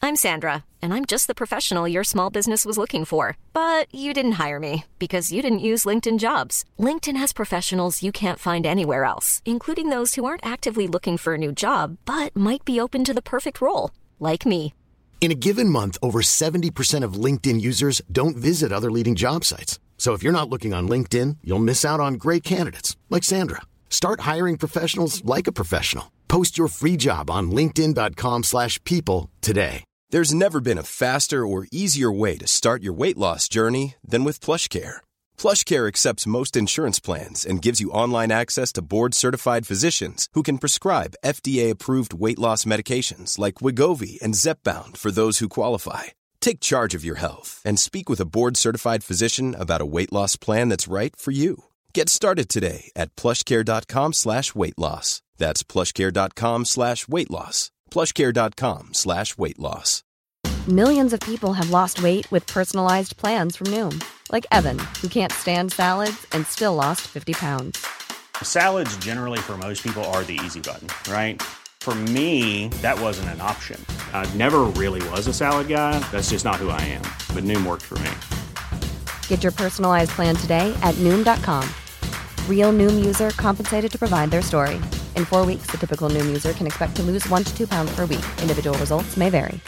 I'm Sandra, and I'm just the professional your small business was looking for. But you didn't hire me because you didn't use LinkedIn Jobs. LinkedIn has professionals you can't find anywhere else, including those who aren't actively looking for a new job, but might be open to the perfect role, like me. In a given month, over 70% of LinkedIn users don't visit other leading job sites. So if you're not looking on LinkedIn, you'll miss out on great candidates like Sandra. Start hiring professionals like a professional. Post your free job on linkedin.com/people today. There's never been a faster or easier way to start your weight loss journey than with PlushCare. PlushCare accepts most insurance plans and gives you online access to board-certified physicians who can prescribe FDA-approved weight loss medications like Wegovy and Zepbound for those who qualify. Take charge of your health and speak with a board-certified physician about a weight loss plan that's right for you. Get started today at plushcare.com/weight loss. That's plushcare.com/weight loss. plushcare.com/weight loss. Millions of people have lost weight with personalized plans from Noom. Like Evan, who can't stand salads and still lost 50 pounds. Salads generally for most people are the easy button, right? For me, that wasn't an option. I never really was a salad guy. That's just not who I am. But Noom worked for me. Get your personalized plan today at Noom.com. Real Noom user compensated to provide their story. In 4 weeks, the typical Noom user can expect to lose 1 to 2 pounds per week. Individual results may vary.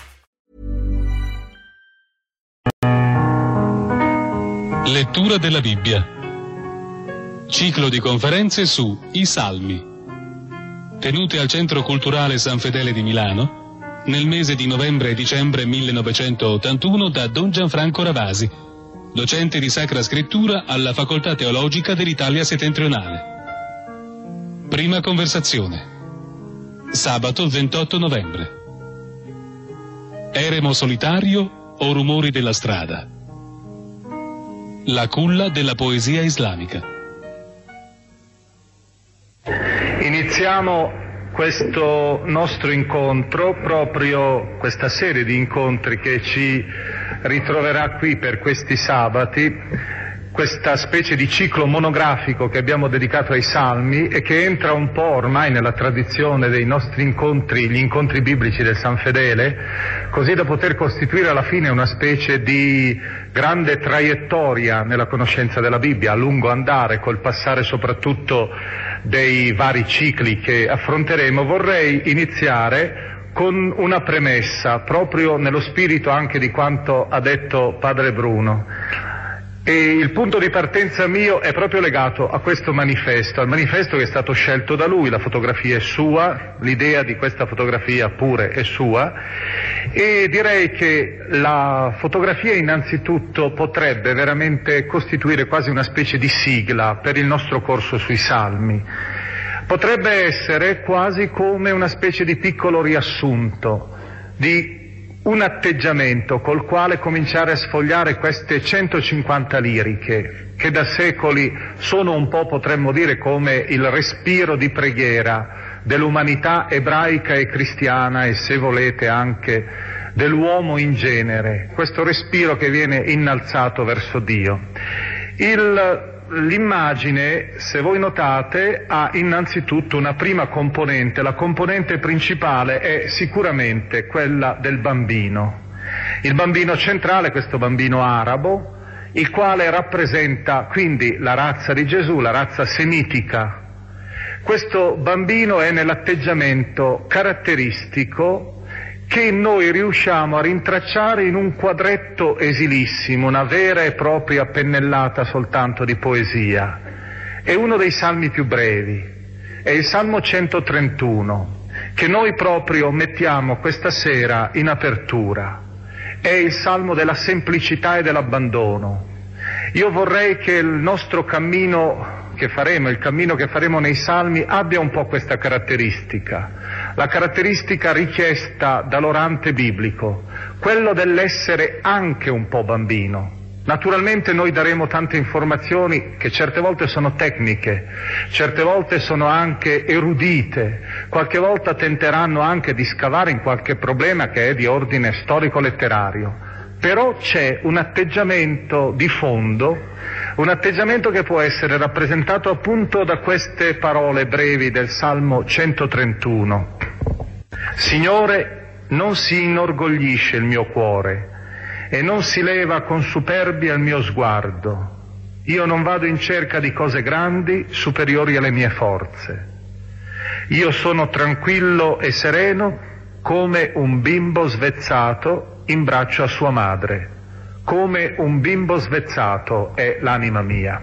Lettura della Bibbia. Ciclo di conferenze su I Salmi. Tenute al Centro Culturale San Fedele di Milano nel mese di novembre e dicembre 1981 da Don Gianfranco Ravasi, docente di Sacra Scrittura alla Facoltà Teologica dell'Italia Settentrionale. Prima conversazione. Sabato 28 novembre. Eremo solitario o rumori della strada? La culla della poesia islamica. Iniziamo questo nostro incontro, proprio questa serie di incontri che ci ritroverà qui per questi sabati, questa specie di ciclo monografico che abbiamo dedicato ai Salmi e che entra un po' ormai nella tradizione dei nostri incontri, gli incontri biblici del San Fedele, così da poter costituire alla fine una specie di grande traiettoria nella conoscenza della Bibbia, a lungo andare, col passare soprattutto dei vari cicli che affronteremo. Vorrei iniziare con una premessa, proprio nello spirito anche di quanto ha detto Padre Bruno. E il punto di partenza mio è proprio legato a questo manifesto, al manifesto che è stato scelto da lui. La fotografia è sua, l'idea di questa fotografia pure è sua, e direi che la fotografia innanzitutto potrebbe veramente costituire quasi una specie di sigla per il nostro corso sui Salmi. Potrebbe essere quasi come una specie di piccolo riassunto di un atteggiamento col quale cominciare a sfogliare queste 150 liriche, che da secoli sono un po', potremmo dire, come il respiro di preghiera dell'umanità ebraica e cristiana e, se volete, anche dell'uomo in genere, questo respiro che viene innalzato verso Dio. L'immagine, se voi notate, ha innanzitutto una prima componente. La componente principale è sicuramente quella del bambino. Il bambino centrale, questo bambino arabo, il quale rappresenta quindi la razza di Gesù, la razza semitica. Questo bambino è nell'atteggiamento caratteristico che noi riusciamo a rintracciare in un quadretto esilissimo, una vera e propria pennellata soltanto di poesia. È uno dei salmi più brevi, è il Salmo 131, che noi proprio mettiamo questa sera in apertura. È il Salmo della semplicità e dell'abbandono. Io vorrei che il nostro cammino che faremo, il cammino che faremo nei Salmi, abbia un po' questa caratteristica, la caratteristica richiesta dall'orante biblico, quello dell'essere anche un po' bambino. Naturalmente noi daremo tante informazioni che certe volte sono tecniche, certe volte sono anche erudite, qualche volta tenteranno anche di scavare in qualche problema che è di ordine storico-letterario. Però c'è un atteggiamento di fondo, un atteggiamento che può essere rappresentato appunto da queste parole brevi del Salmo 131. Signore, non si inorgoglisce il mio cuore e non si leva con superbia il mio sguardo. Io non vado in cerca di cose grandi superiori alle mie forze. Io sono tranquillo e sereno come un bimbo svezzato in braccio a sua madre. Come un bimbo svezzato è l'anima mia.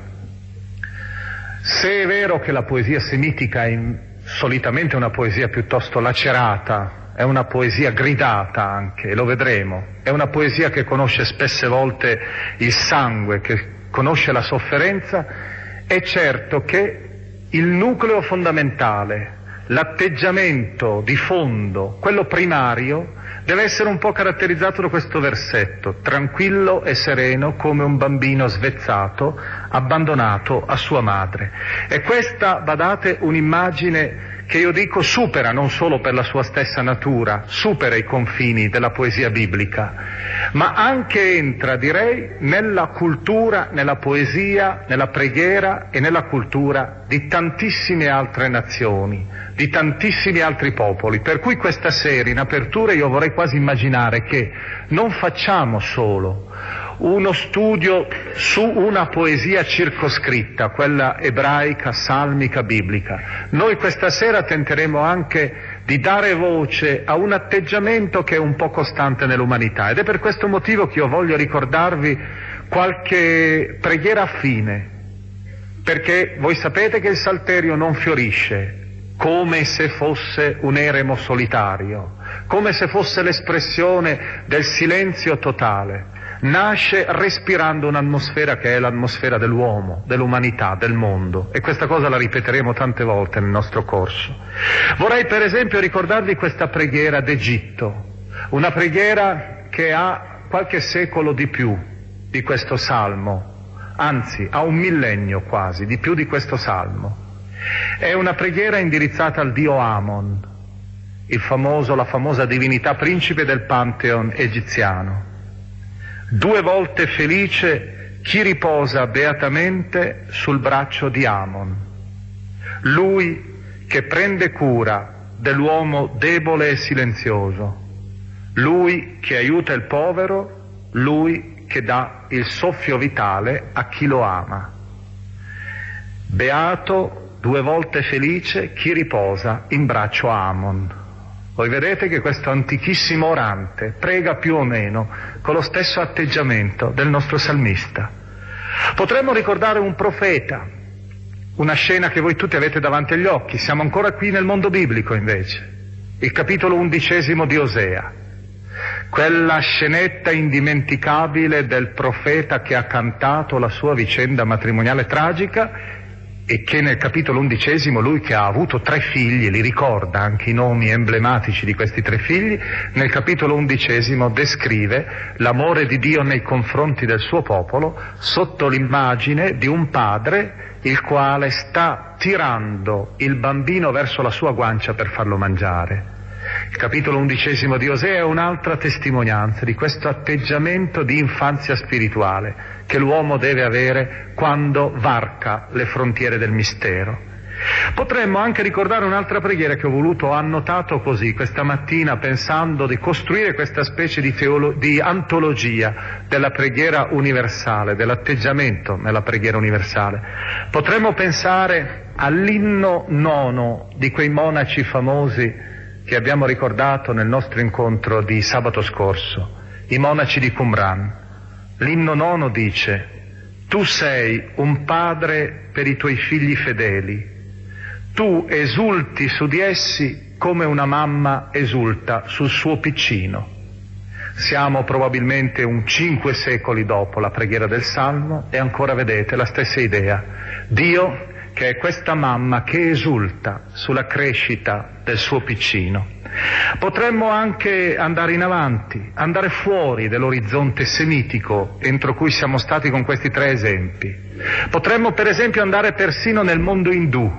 Se è vero che la poesia semitica è solitamente una poesia piuttosto lacerata, è una poesia gridata anche, lo vedremo, è una poesia che conosce spesse volte il sangue, che conosce la sofferenza, è certo che il nucleo fondamentale, l'atteggiamento di fondo, quello primario, deve essere un po' caratterizzato da questo versetto: tranquillo e sereno come un bambino svezzato, abbandonato a sua madre. E questa, badate, un'immagine che io dico supera, non solo per la sua stessa natura, supera i confini della poesia biblica, ma anche entra, direi, nella cultura, nella poesia, nella preghiera e nella cultura di tantissime altre nazioni, di tantissimi altri popoli. Per cui questa sera, in apertura, io vorrei quasi immaginare che non facciamo solo uno studio su una poesia circoscritta, quella ebraica, salmica, biblica. Noi questa sera tenteremo anche di dare voce a un atteggiamento che è un po' costante nell'umanità, ed è per questo motivo che io voglio ricordarvi qualche preghiera affine, perché voi sapete che il Salterio non fiorisce come se fosse un eremo solitario, come se fosse l'espressione del silenzio totale. Nasce respirando un'atmosfera che è l'atmosfera dell'uomo, dell'umanità, del mondo, e questa cosa la ripeteremo tante volte nel nostro corso. Vorrei per esempio ricordarvi questa preghiera d'Egitto, una preghiera che ha qualche secolo di più di questo salmo, anzi ha un millennio quasi, di più di questo salmo. È una preghiera indirizzata al dio Amon, la famosa divinità principe del Pantheon egiziano. 2 volte felice chi riposa beatamente sul braccio di Amon, lui che prende cura dell'uomo debole e silenzioso, lui che aiuta il povero, lui che dà il soffio vitale a chi lo ama. Beato, 2 volte felice chi riposa in braccio a Amon. Voi vedete che questo antichissimo orante prega più o meno con lo stesso atteggiamento del nostro salmista. Potremmo ricordare un profeta, una scena che voi tutti avete davanti agli occhi. Siamo ancora qui nel mondo biblico invece, il capitolo 11 di Osea, quella scenetta indimenticabile del profeta che ha cantato la sua vicenda matrimoniale tragica, e che nel capitolo 11, lui che ha avuto 3 figli, li ricorda anche i nomi emblematici di questi 3 figli, nel capitolo 11 descrive l'amore di Dio nei confronti del suo popolo sotto l'immagine di un padre il quale sta tirando il bambino verso la sua guancia per farlo mangiare. Il capitolo 11 di Osea è un'altra testimonianza di questo atteggiamento di infanzia spirituale che l'uomo deve avere quando varca le frontiere del mistero. Potremmo anche ricordare un'altra preghiera che ho annotato così questa mattina, pensando di costruire questa specie di antologia della preghiera universale, dell'atteggiamento nella preghiera universale. Potremmo pensare all'inno 9 di quei monaci famosi che abbiamo ricordato nel nostro incontro di sabato scorso, i monaci di Qumran. L'inno 9 dice: tu sei un padre per i tuoi figli fedeli, tu esulti su di essi come una mamma esulta sul suo piccino. Siamo probabilmente un 5 secoli dopo la preghiera del Salmo e ancora vedete la stessa idea. Dio che è questa mamma che esulta sulla crescita del suo piccino. Potremmo anche andare in avanti, andare fuori dell'orizzonte semitico entro cui siamo stati con questi 3 esempi. Potremmo per esempio andare persino nel mondo indù,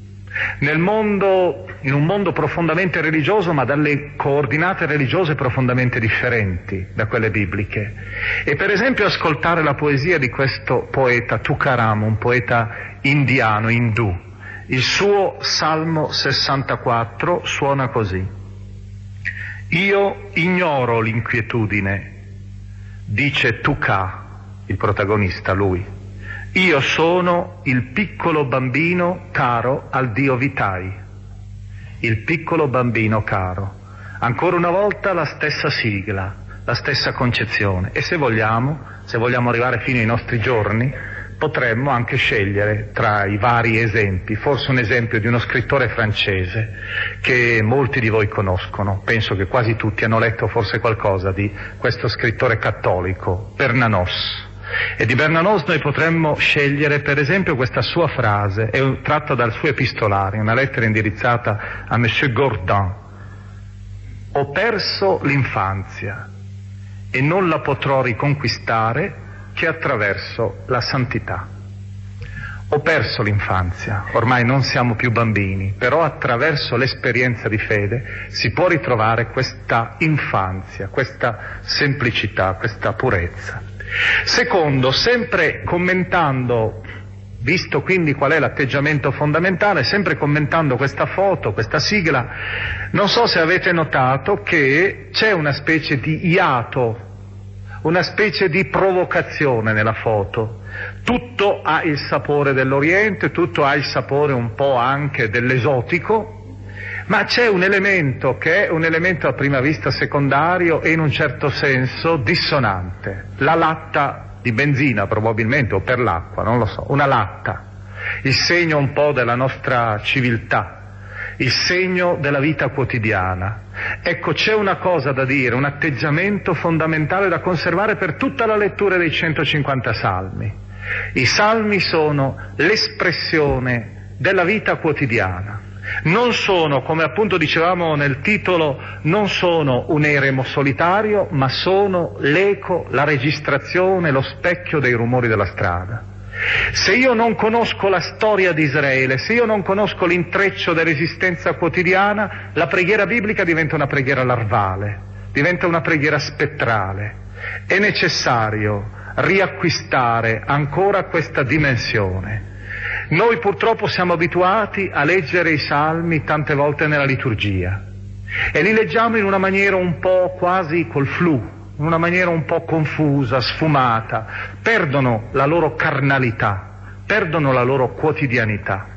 in un mondo profondamente religioso ma dalle coordinate religiose profondamente differenti da quelle bibliche, e per esempio ascoltare la poesia di questo poeta Tukaram, un poeta indiano, indù. Il suo Salmo 64 suona così: Io ignoro l'inquietudine, dice Tuka, il protagonista, lui. Io sono il piccolo bambino caro al dio Vitai. Il piccolo bambino caro. Ancora una volta la stessa sigla, la stessa concezione. E se vogliamo arrivare fino ai nostri giorni, potremmo anche scegliere tra i vari esempi, forse un esempio di uno scrittore francese che molti di voi conoscono, penso che quasi tutti hanno letto forse qualcosa di questo scrittore cattolico, Bernanos. E di Bernanos noi potremmo scegliere per esempio questa sua frase, è tratta dal suo epistolario, una lettera indirizzata a Monsieur Gordin. Ho perso l'infanzia e non la potrò riconquistare che attraverso la santità. Ho perso l'infanzia, ormai non siamo più bambini, però attraverso l'esperienza di fede si può ritrovare questa infanzia, questa semplicità, questa purezza. Secondo, sempre commentando, visto quindi qual è l'atteggiamento fondamentale, sempre commentando questa foto, questa sigla, non so se avete notato che c'è una specie di iato, una specie di provocazione nella foto. Tutto ha il sapore dell'Oriente, tutto ha il sapore un po' anche dell'esotico, ma c'è un elemento che è un elemento a prima vista secondario e in un certo senso dissonante. La latta di benzina probabilmente, o per l'acqua, non lo so, una latta, il segno un po' della nostra civiltà, il segno della vita quotidiana. Ecco, c'è una cosa da dire, un atteggiamento fondamentale da conservare per tutta la lettura dei 150 salmi. I salmi sono l'espressione della vita quotidiana. Non sono, come appunto dicevamo nel titolo, non sono un eremo solitario, ma sono l'eco, la registrazione, lo specchio dei rumori della strada. Se io non conosco la storia di Israele, se io non conosco l'intreccio dell'esistenza quotidiana, la preghiera biblica diventa una preghiera larvale, diventa una preghiera spettrale. È necessario riacquistare ancora questa dimensione. Noi purtroppo siamo abituati a leggere i salmi tante volte nella liturgia e li leggiamo in una maniera un po' quasi col flu, in una maniera un po' confusa, sfumata, perdono la loro carnalità, perdono la loro quotidianità.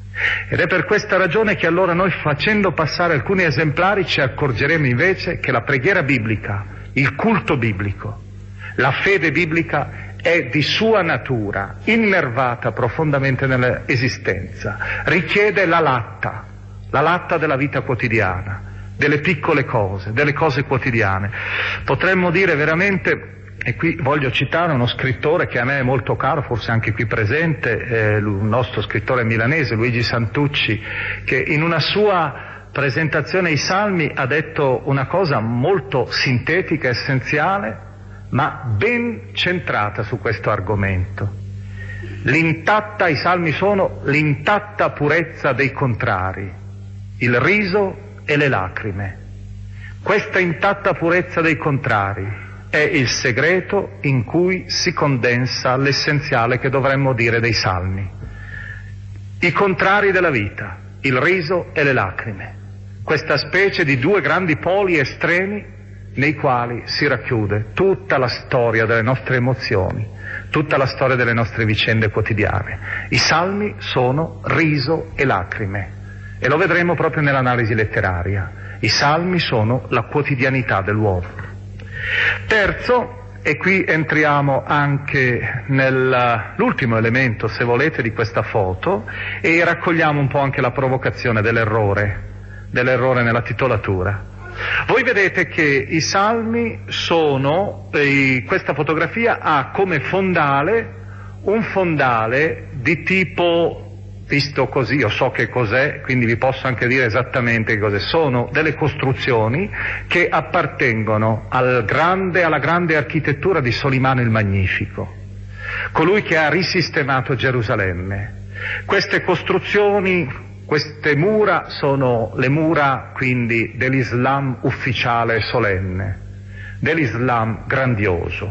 Ed è per questa ragione che allora noi, facendo passare alcuni esemplari, ci accorgeremo invece che la preghiera biblica, il culto biblico, la fede biblica è di sua natura innervata profondamente nell'esistenza, richiede la latta della vita quotidiana, delle piccole cose, delle cose quotidiane. Potremmo dire veramente, e qui voglio citare uno scrittore che a me è molto caro, forse anche qui presente, un nostro scrittore milanese, Luigi Santucci, che in una sua presentazione ai Salmi ha detto una cosa molto sintetica, essenziale, ma ben centrata su questo argomento. I salmi sono l'intatta purezza dei contrari, il riso e le lacrime. Questa intatta purezza dei contrari è il segreto in cui si condensa l'essenziale che dovremmo dire dei salmi. I contrari della vita, il riso e le lacrime, questa specie di due grandi poli estremi nei quali si racchiude tutta la storia delle nostre emozioni, tutta la storia delle nostre vicende quotidiane. I salmi sono riso e lacrime, e lo vedremo proprio nell'analisi letteraria. I salmi sono la quotidianità dell'uomo. Terzo, e qui entriamo anche nell'ultimo elemento, se volete, di questa foto, e raccogliamo un po' anche la provocazione dell'errore nella titolatura. Voi vedete che i salmi sono, questa fotografia ha come fondale un fondale di tipo, visto così, io so che cos'è, quindi vi posso anche dire esattamente che cos'è. Sono delle costruzioni che appartengono alla grande architettura di Solimano il Magnifico, colui che ha risistemato Gerusalemme. Queste costruzioni, queste mura sono le mura quindi dell'Islam ufficiale e solenne, dell'Islam grandioso.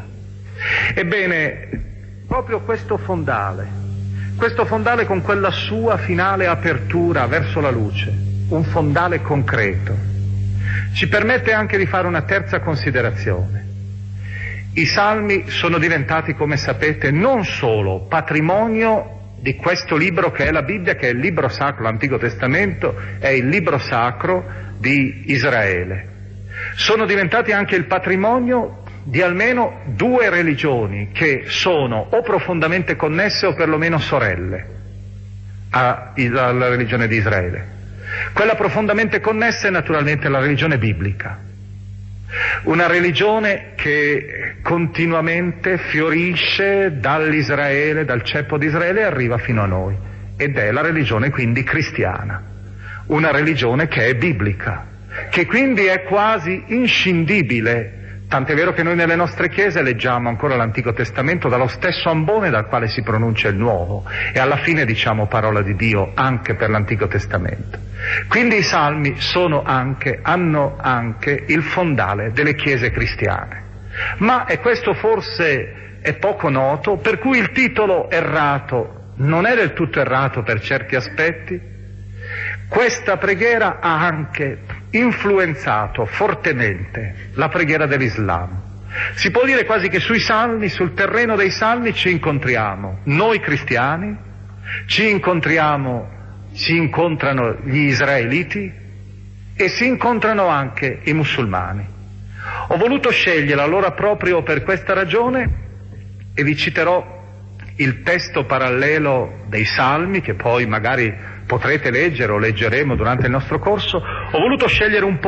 Ebbene, proprio questo fondale con quella sua finale apertura verso la luce, un fondale concreto, ci permette anche di fare una terza considerazione. I Salmi sono diventati, come sapete, non solo patrimonio di questo libro che è la Bibbia, che è il libro sacro, l'Antico Testamento è il libro sacro di Israele. Sono diventati anche il patrimonio di almeno due religioni che sono o profondamente connesse o perlomeno sorelle alla religione di Israele. Quella profondamente connessa è naturalmente la religione biblica, una religione che continuamente fiorisce dall'Israele, dal ceppo di Israele e arriva fino a noi, ed è la religione quindi cristiana, una religione che è biblica, che quindi è quasi inscindibile. Tant'è vero che noi nelle nostre chiese leggiamo ancora l'Antico Testamento dallo stesso ambone dal quale si pronuncia il Nuovo, e alla fine diciamo parola di Dio anche per l'Antico Testamento. Quindi i Salmi hanno anche il fondale delle chiese cristiane. Ma, e questo forse è poco noto, per cui il titolo errato non è del tutto errato per certi aspetti, questa preghiera ha anche influenzato fortemente la preghiera dell'Islam. Si può dire quasi che sui Salmi, sul terreno dei Salmi, ci incontriamo noi cristiani, ci incontrano gli israeliti e si incontrano anche i musulmani. Ho voluto scegliere allora proprio per questa ragione, e vi citerò il testo parallelo dei Salmi, che poi magari potrete leggere o leggeremo durante il nostro corso. Ho voluto scegliere un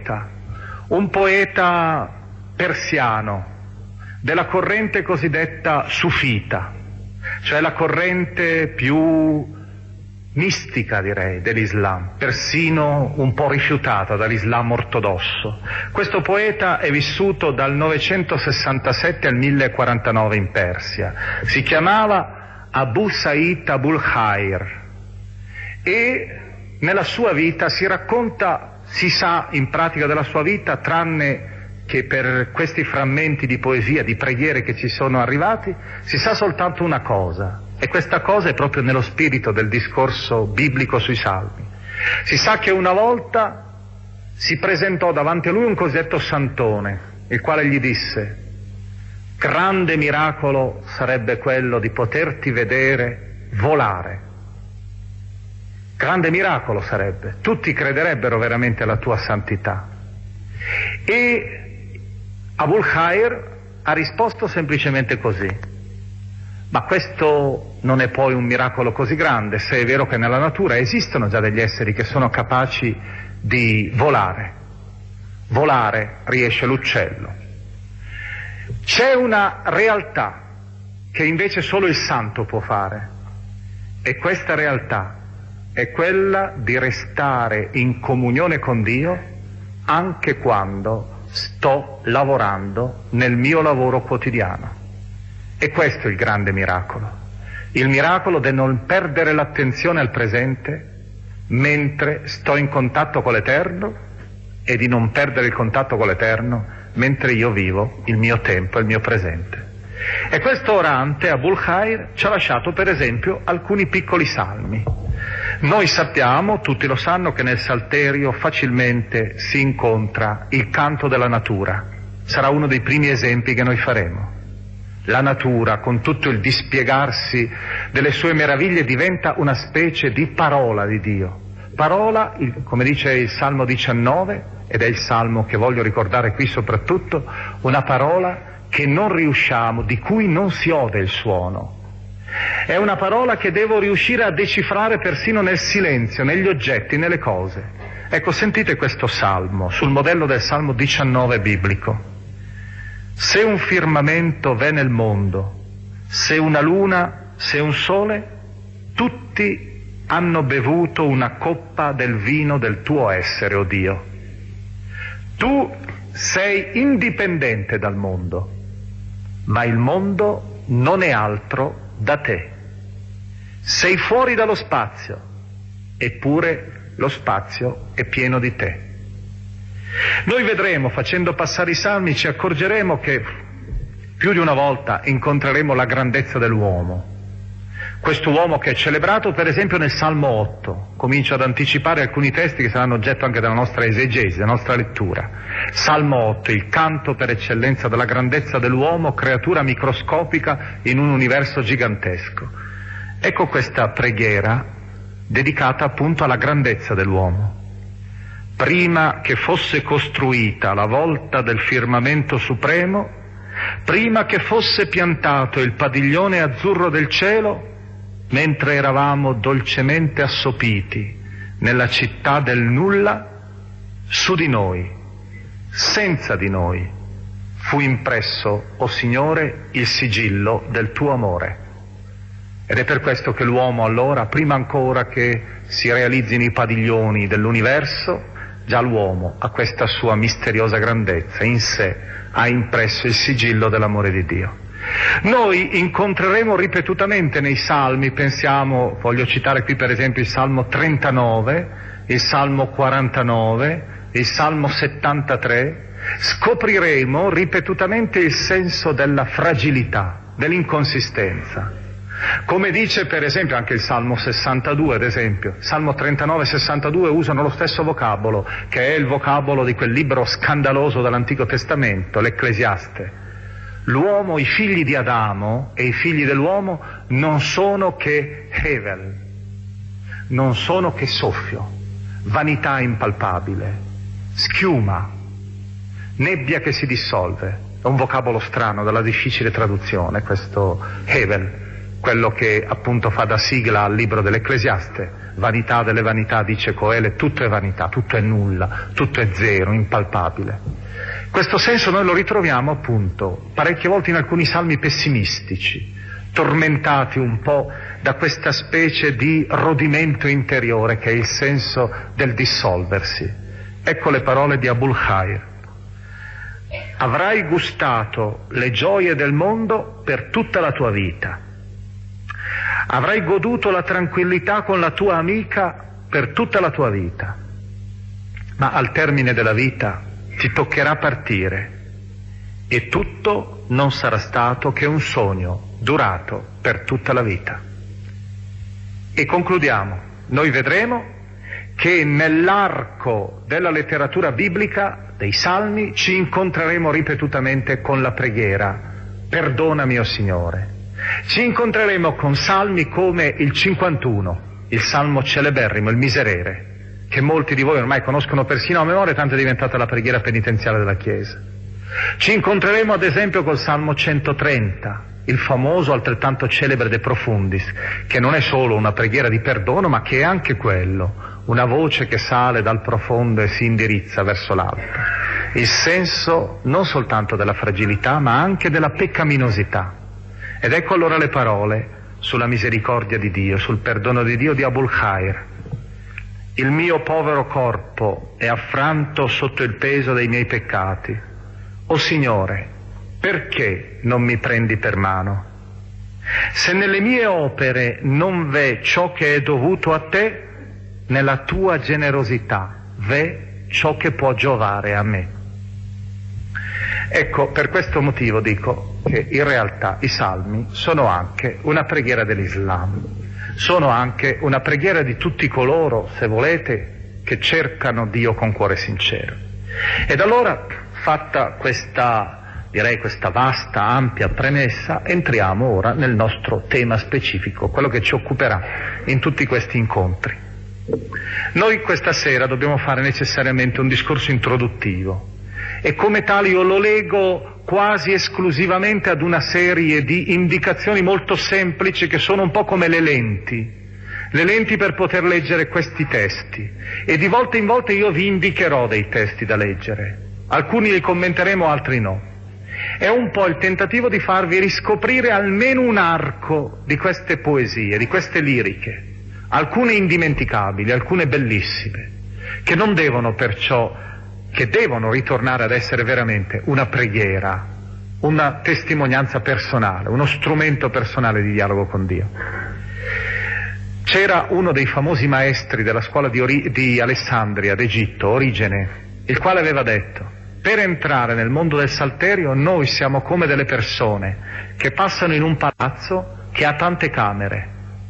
poeta persiano della corrente cosiddetta sufita, cioè la corrente più mistica, direi, dell'Islam, persino un po' rifiutata dall'Islam ortodosso. Questo poeta è vissuto dal 967 al 1049 in Persia, si chiamava Abu Sa'id Abul Khair, e nella sua vita si sa in pratica della sua vita, tranne che per questi frammenti di poesia, di preghiere che ci sono arrivati, si sa soltanto una cosa, e questa cosa è proprio nello spirito del discorso biblico sui Salmi. Si sa che una volta si presentò davanti a lui un cosiddetto santone, il quale gli disse: grande miracolo sarebbe quello di poterti vedere volare. Grande miracolo sarebbe, tutti crederebbero veramente alla tua santità. E Abul Khair ha risposto semplicemente così: ma questo non è poi un miracolo così grande, se è vero che nella natura esistono già degli esseri che sono capaci di volare. Volare riesce l'uccello. C'è una realtà che invece solo il santo può fare, e questa realtà è quella di restare in comunione con Dio anche quando sto lavorando nel mio lavoro quotidiano. E questo è il grande miracolo, il miracolo del non perdere l'attenzione al presente mentre sto in contatto con l'Eterno, e di non perdere il contatto con l'Eterno mentre io vivo il mio tempo, il mio presente. E questo orante, Abul Khair, ci ha lasciato per esempio alcuni piccoli salmi. Noi sappiamo, tutti lo sanno, che nel Salterio facilmente si incontra il canto della natura. Sarà uno dei primi esempi che noi faremo. La natura, con tutto il dispiegarsi delle sue meraviglie, diventa una specie di parola di Dio. Parola, come dice il Salmo 19, ed è il Salmo che voglio ricordare qui soprattutto, una parola che non riusciamo, di cui non si ode il suono. È una parola che devo riuscire a decifrare persino nel silenzio, negli oggetti, nelle cose. Ecco, sentite questo salmo, sul modello del Salmo 19 biblico. Se un firmamento v'è nel mondo, se una luna, se un sole, tutti hanno bevuto una coppa del vino del tuo essere, o Dio. Tu sei indipendente dal mondo, ma il mondo non è altro da te. Sei fuori dallo spazio, eppure lo spazio è pieno di te. Noi vedremo, facendo passare i salmi, ci accorgeremo che più di una volta incontreremo la grandezza dell'uomo. Questo uomo che è celebrato per esempio nel Salmo 8, comincio ad anticipare alcuni testi che saranno oggetto anche della nostra esegesi, della nostra lettura. Salmo 8, il canto per eccellenza della grandezza dell'uomo, creatura microscopica in un universo gigantesco. Ecco questa preghiera dedicata appunto alla grandezza dell'uomo. Prima che fosse costruita la volta del firmamento supremo, prima che fosse piantato il padiglione azzurro del cielo, mentre eravamo dolcemente assopiti nella città del nulla, su di noi, senza di noi, fu impresso, o Signore, il sigillo del tuo amore. Ed è per questo che l'uomo allora, prima ancora che si realizzino i padiglioni dell'universo, già l'uomo ha questa sua misteriosa grandezza, in sé ha impresso il sigillo dell'amore di Dio. Noi incontreremo ripetutamente nei salmi, pensiamo, voglio citare qui per esempio il Salmo 39, il Salmo 49, il Salmo 73, scopriremo ripetutamente il senso della fragilità, dell'inconsistenza. Come dice per esempio anche il Salmo 62, ad esempio, Salmo 39 e 62 usano lo stesso vocabolo, che è il vocabolo di quel libro scandaloso dell'Antico Testamento, l'Ecclesiaste. L'uomo, i figli di Adamo e i figli dell'uomo non sono che hevel, non sono che soffio, vanità impalpabile, schiuma, nebbia che si dissolve. È un vocabolo strano, dalla difficile traduzione, questo hevel, quello che appunto fa da sigla al libro dell'Ecclesiaste. Vanità delle vanità, dice Coele, tutto è vanità, tutto è nulla, tutto è zero, impalpabile. Questo senso noi lo ritroviamo appunto parecchie volte in alcuni salmi pessimistici, tormentati un po' da questa specie di rodimento interiore che è il senso del dissolversi. Ecco le parole di Abul Khair. Avrai gustato le gioie del mondo per tutta la tua vita. Avrai goduto la tranquillità con la tua amica per tutta la tua vita. Ma al termine della vita ti toccherà partire e tutto non sarà stato che un sogno durato per tutta la vita. E concludiamo, noi vedremo che nell'arco della letteratura biblica, dei salmi, ci incontreremo ripetutamente con la preghiera, perdonami o Signore. Ci incontreremo con salmi come il 51, il salmo celeberrimo, il Miserere, che molti di voi ormai conoscono persino a memoria, tanto è diventata la preghiera penitenziale della Chiesa. Ci incontreremo ad esempio col Salmo 130, il famoso, altrettanto celebre De Profundis, che non è solo una preghiera di perdono, ma che è anche quello, una voce che sale dal profondo e si indirizza verso l'alto. Il senso non soltanto della fragilità, ma anche della peccaminosità. Ed ecco allora le parole sulla misericordia di Dio, sul perdono di Dio di Abul Khair. Il mio povero corpo è affranto sotto il peso dei miei peccati. O Signore, perché non mi prendi per mano? Se nelle mie opere non v'è ciò che è dovuto a te, nella tua generosità v'è ciò che può giovare a me. Ecco, per questo motivo dico che in realtà i salmi sono anche una preghiera dell'Islam. Sono anche una preghiera di tutti coloro, se volete, che cercano Dio con cuore sincero. Ed allora, fatta questa vasta, ampia premessa, entriamo ora nel nostro tema specifico, quello che ci occuperà in tutti questi incontri. Noi questa sera dobbiamo fare necessariamente un discorso introduttivo e come tale io lo lego quasi esclusivamente ad una serie di indicazioni molto semplici che sono un po' come le lenti per poter leggere questi testi, e di volta in volta io vi indicherò dei testi da leggere, alcuni li commenteremo, altri no. È un po' il tentativo di farvi riscoprire almeno un arco di queste poesie, di queste liriche, alcune indimenticabili, alcune bellissime, che non devono perciò, che devono ritornare ad essere veramente una preghiera, una testimonianza personale, uno strumento personale di dialogo con Dio. C'era uno dei famosi maestri della scuola di Alessandria, d'Egitto, Origene, il quale aveva detto: per entrare nel mondo del salterio noi siamo come delle persone che passano in un palazzo che ha tante camere,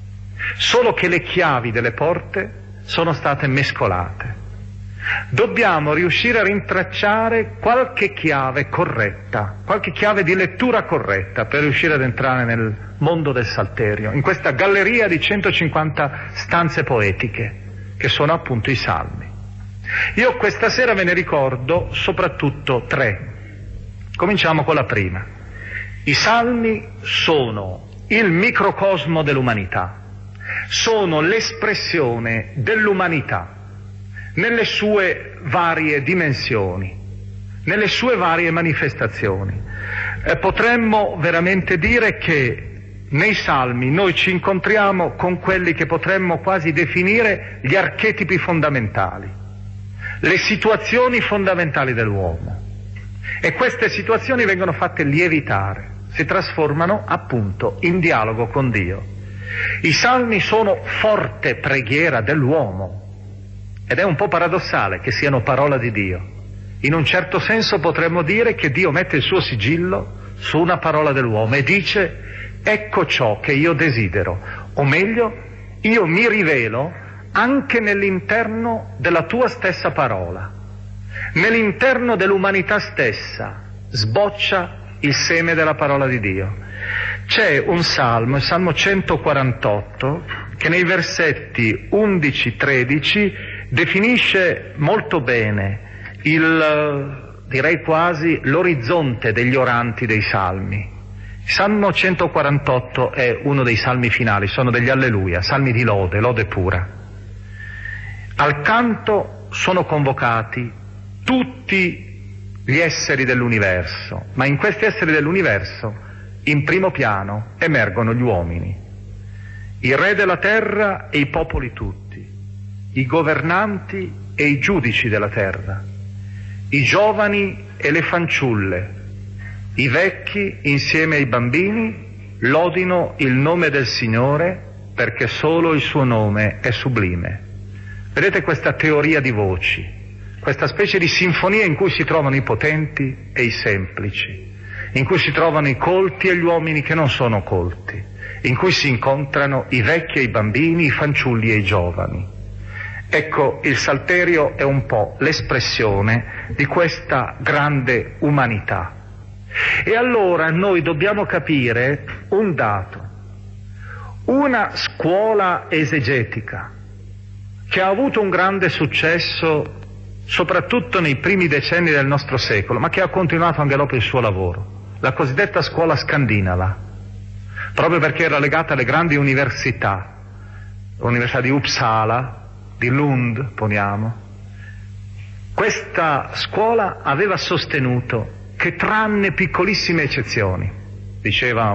solo che le chiavi delle porte sono state mescolate. Dobbiamo riuscire a rintracciare qualche chiave corretta, qualche chiave di lettura corretta per riuscire ad entrare nel mondo del Salterio, in questa galleria di 150 stanze poetiche che sono appunto i Salmi. Io questa sera ve ne ricordo soprattutto 3. Cominciamo con la prima. I Salmi sono il microcosmo dell'umanità, sono l'espressione dell'umanità nelle sue varie dimensioni, nelle sue varie manifestazioni. Potremmo veramente dire che nei Salmi noi ci incontriamo con quelli che potremmo quasi definire gli archetipi fondamentali, le situazioni fondamentali dell'uomo. E queste situazioni vengono fatte lievitare, si trasformano appunto in dialogo con Dio. I Salmi sono forte preghiera dell'uomo. Ed è un po' paradossale che siano parola di Dio. In un certo senso potremmo dire che Dio mette il suo sigillo su una parola dell'uomo e dice: ecco ciò che io desidero, o meglio, io mi rivelo anche nell'interno della tua stessa parola, nell'interno dell'umanità stessa, sboccia il seme della parola di Dio. C'è un salmo, il Salmo 148, che nei versetti 11-13 definisce molto bene direi quasi l'orizzonte degli oranti dei salmi. Il Salmo 148 è uno dei salmi finali, sono degli alleluia, salmi di lode pura. Al canto sono convocati tutti gli esseri dell'universo, ma in questi esseri dell'universo in primo piano emergono gli uomini, i re della terra e i popoli tutti, i governanti e i giudici della terra, i giovani e le fanciulle, i vecchi insieme ai bambini lodino il nome del Signore, perché solo il suo nome è sublime. Vedete questa teoria di voci, questa specie di sinfonia in cui si trovano i potenti e i semplici, in cui si trovano i colti e gli uomini che non sono colti, in cui si incontrano i vecchi e i bambini, i fanciulli e i giovani. Ecco, il Salterio è un po' l'espressione di questa grande umanità. E allora noi dobbiamo capire un dato. Una scuola esegetica che ha avuto un grande successo soprattutto nei primi decenni del nostro secolo, ma che ha continuato anche dopo il suo lavoro, la cosiddetta scuola scandinava, proprio perché era legata alle grandi università, l'università di Uppsala, di Lund, poniamo. Questa scuola aveva sostenuto che, tranne piccolissime eccezioni, diceva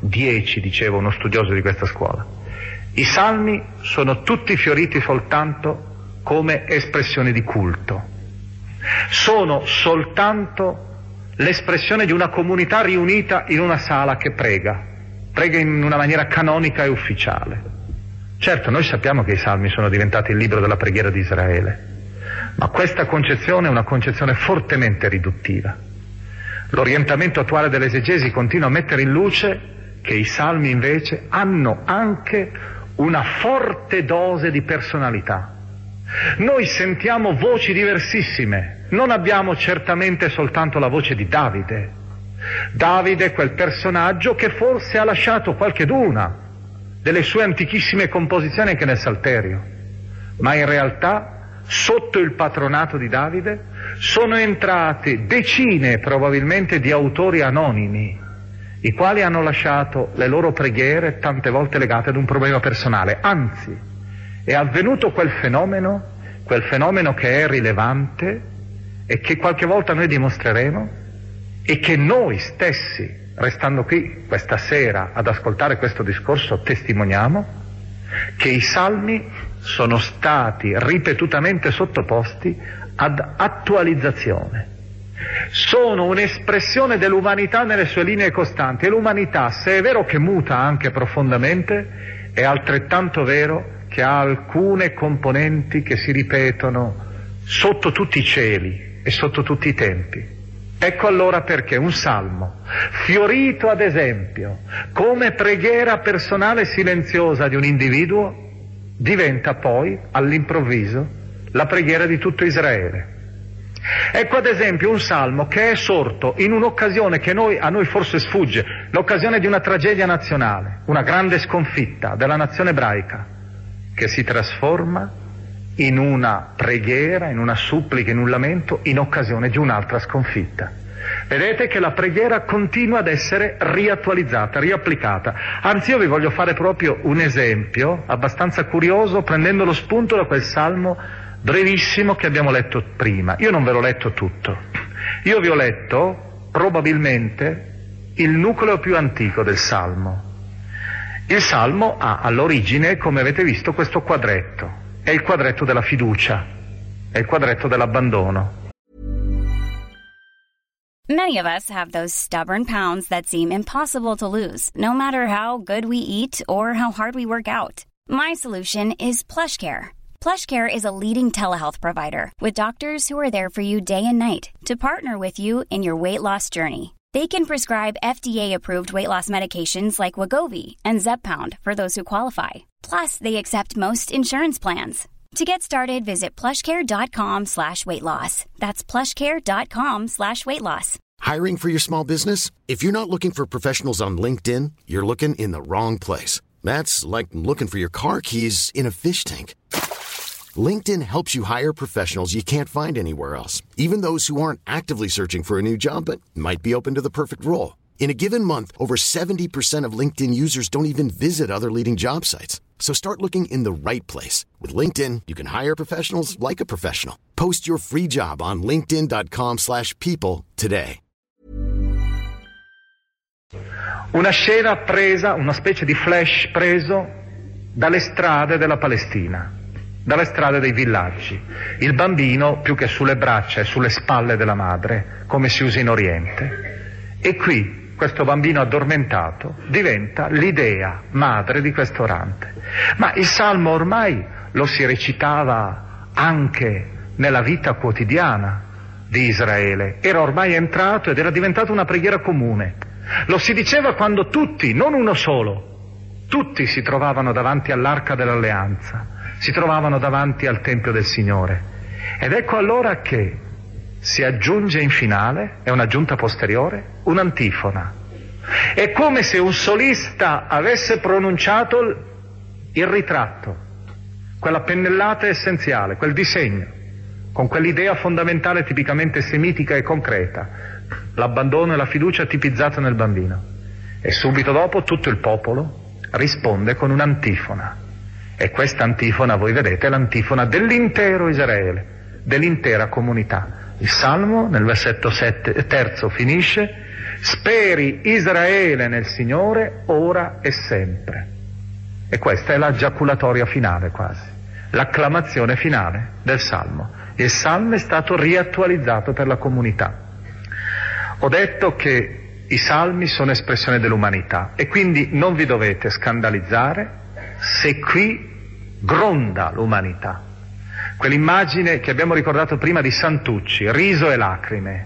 uno studioso di questa scuola, i salmi sono tutti fioriti soltanto come espressione di culto, sono soltanto l'espressione di una comunità riunita in una sala che prega in una maniera canonica e ufficiale. Certo, noi sappiamo che i salmi sono diventati il libro della preghiera di Israele, ma questa concezione è una concezione fortemente riduttiva. L'orientamento attuale dell'esegesi continua a mettere in luce che i salmi invece hanno anche una forte dose di personalità. Noi sentiamo voci diversissime, non abbiamo certamente soltanto la voce di Davide. Davide è quel personaggio che forse ha lasciato qualcheduna delle sue antichissime composizioni anche nel Salterio, ma in realtà sotto il patronato di Davide sono entrate decine probabilmente di autori anonimi, i quali hanno lasciato le loro preghiere tante volte legate ad un problema personale. Anzi, è avvenuto quel fenomeno che è rilevante e che qualche volta noi dimostreremo e che noi stessi, restando qui questa sera ad ascoltare questo discorso, testimoniamo, che i salmi sono stati ripetutamente sottoposti ad attualizzazione. Sono un'espressione dell'umanità nelle sue linee costanti, e l'umanità, se è vero che muta anche profondamente, è altrettanto vero che ha alcune componenti che si ripetono sotto tutti i cieli e sotto tutti i tempi. Ecco allora perché un salmo, fiorito ad esempio come preghiera personale silenziosa di un individuo, diventa poi, all'improvviso, la preghiera di tutto Israele. Ecco ad esempio un salmo che è sorto in un'occasione che a noi forse sfugge, l'occasione di una tragedia nazionale, una grande sconfitta della nazione ebraica, che si trasforma in una preghiera, in una supplica, in un lamento, in occasione di un'altra sconfitta. Vedete che la preghiera continua ad essere riattualizzata, riapplicata. Anzi, io vi voglio fare proprio un esempio abbastanza curioso, prendendo lo spunto da quel salmo brevissimo che abbiamo letto prima. Io non ve l'ho letto tutto. Io vi ho letto probabilmente il nucleo più antico del salmo. Il salmo ha all'origine, come avete visto, questo quadretto. È il quadretto della fiducia, è il quadretto dell'abbandono. Many of us have those stubborn pounds that seem impossible to lose, no matter how good we eat or how hard we work out. My solution is PlushCare. PlushCare is a leading telehealth provider with doctors who are there for you day and night to partner with you in your weight loss journey. They can prescribe FDA-approved weight loss medications like Wegovy and Zepbound for those who qualify. Plus, they accept most insurance plans. To get started, visit plushcare.com/weightloss. That's plushcare.com/weightloss. Hiring for your small business? If you're not looking for professionals on LinkedIn, you're looking in the wrong place. That's like looking for your car keys in a fish tank. LinkedIn helps you hire professionals you can't find anywhere else, even those who aren't actively searching for a new job but might be open to the perfect role. In a given month, over 70% of LinkedIn users don't even visit other leading job sites. So start looking in the right place. With LinkedIn, you can hire professionals like a professional. Post your free job on linkedin.com/people today. Una scena presa, una specie di flash preso dalle strade della Palestina, dalle strade dei villaggi. Il bambino, più che sulle braccia e sulle spalle della madre, come si usa in Oriente. E qui questo bambino addormentato diventa l'idea madre di questo orante. Ma il salmo ormai lo si recitava anche nella vita quotidiana di Israele. Era ormai entrato ed era diventato una preghiera comune. Lo si diceva quando tutti, non uno solo, tutti si trovavano davanti all'Arca dell'Alleanza, si trovavano davanti al Tempio del Signore. Ed ecco allora che si aggiunge in finale, è un'aggiunta posteriore, un'antifona. È come se un solista avesse pronunciato il ritratto, quella pennellata essenziale, quel disegno, con quell'idea fondamentale tipicamente semitica e concreta, l'abbandono e la fiducia tipizzata nel bambino. E subito dopo tutto il popolo risponde con un'antifona. E questa antifona, voi vedete, è l'antifona dell'intero Israele, dell'intera comunità. Il Salmo, nel versetto terzo, finisce: speri Israele nel Signore, ora e sempre. E questa è la giaculatoria finale quasi, l'acclamazione finale del Salmo. Il Salmo è stato riattualizzato per la comunità. Ho detto che i Salmi sono espressione dell'umanità e quindi non vi dovete scandalizzare se qui gronda l'umanità. Quell'immagine che abbiamo ricordato prima di Santucci, riso e lacrime.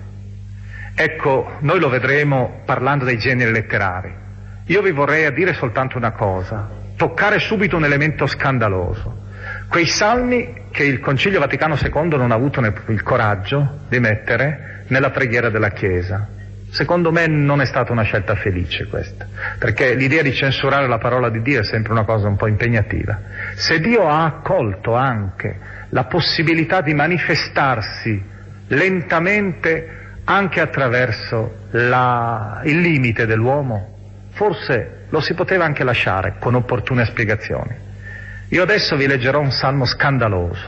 Ecco, noi lo vedremo parlando dei generi letterari. Io vi vorrei dire soltanto una cosa, toccare subito un elemento scandaloso. Quei salmi che il Concilio Vaticano II non ha avuto il coraggio di mettere nella preghiera della Chiesa. Secondo me non è stata una scelta felice questa, perché l'idea di censurare la parola di Dio è sempre una cosa un po' impegnativa. Se Dio ha accolto anche la possibilità di manifestarsi lentamente anche attraverso il limite dell'uomo, forse lo si poteva anche lasciare con opportune spiegazioni. Io adesso vi leggerò un salmo scandaloso,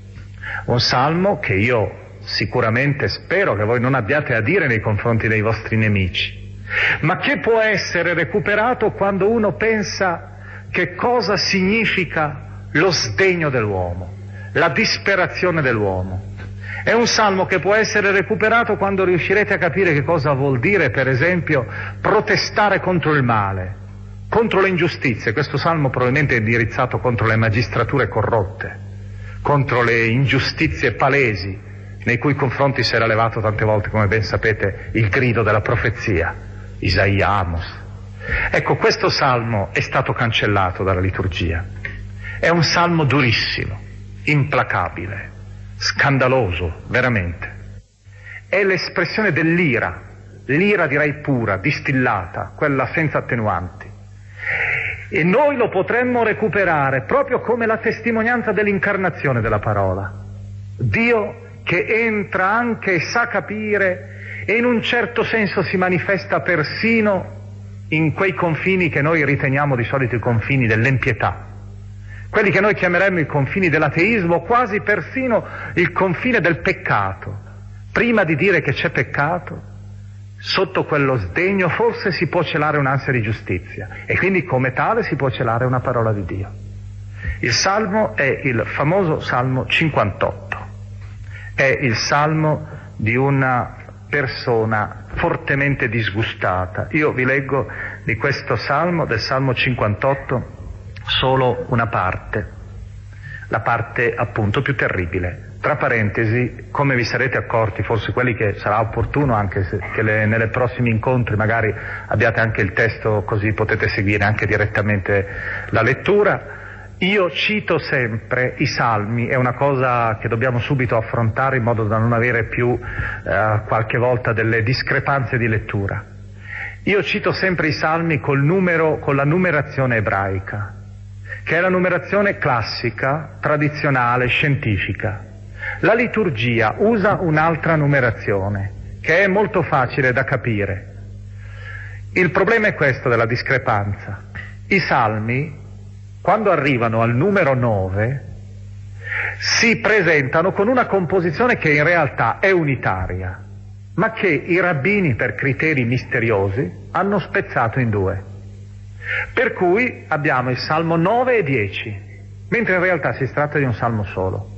un salmo che io sicuramente spero che voi non abbiate a dire nei confronti dei vostri nemici, ma che può essere recuperato quando uno pensa che cosa significa lo sdegno dell'uomo, la disperazione dell'uomo. È un salmo che può essere recuperato quando riuscirete a capire che cosa vuol dire, per esempio, protestare contro il male, contro le ingiustizie. Questo salmo probabilmente è indirizzato contro le magistrature corrotte, contro le ingiustizie palesi nei cui confronti si era levato tante volte, come ben sapete, il grido della profezia, Isaia, Amos. Ecco, questo salmo è stato cancellato dalla liturgia. È un salmo durissimo, implacabile, scandaloso, veramente. È l'espressione dell'ira, l'ira direi pura, distillata, quella senza attenuanti. E noi lo potremmo recuperare proprio come la testimonianza dell'incarnazione della parola. Dio che entra anche e sa capire e in un certo senso si manifesta persino in quei confini che noi riteniamo di solito i confini dell'empietà, quelli che noi chiameremmo i confini dell'ateismo, quasi persino il confine del peccato. Prima di dire che c'è peccato, sotto quello sdegno forse si può celare un'ansia di giustizia e quindi come tale si può celare una parola di Dio. Il salmo è il famoso Salmo 58. È il salmo di una persona fortemente disgustata. Io vi leggo di questo salmo, del Salmo 58, solo una parte, la parte appunto più terribile. Tra parentesi, come vi sarete accorti, forse quelli che sarà opportuno anche che nelle prossimi incontri magari abbiate anche il testo, così potete seguire anche direttamente la lettura. Io cito sempre i salmi, è una cosa che dobbiamo subito affrontare in modo da non avere più qualche volta delle discrepanze di lettura. Io cito sempre i salmi con la numerazione ebraica, che è la numerazione classica, tradizionale, scientifica. La liturgia usa un'altra numerazione, che è molto facile da capire. Il problema è questo della discrepanza. I salmi, quando arrivano al numero 9, si presentano con una composizione che in realtà è unitaria, ma che i rabbini, per criteri misteriosi, hanno spezzato in due. Per cui abbiamo il Salmo 9 e 10, mentre in realtà si tratta di un salmo solo.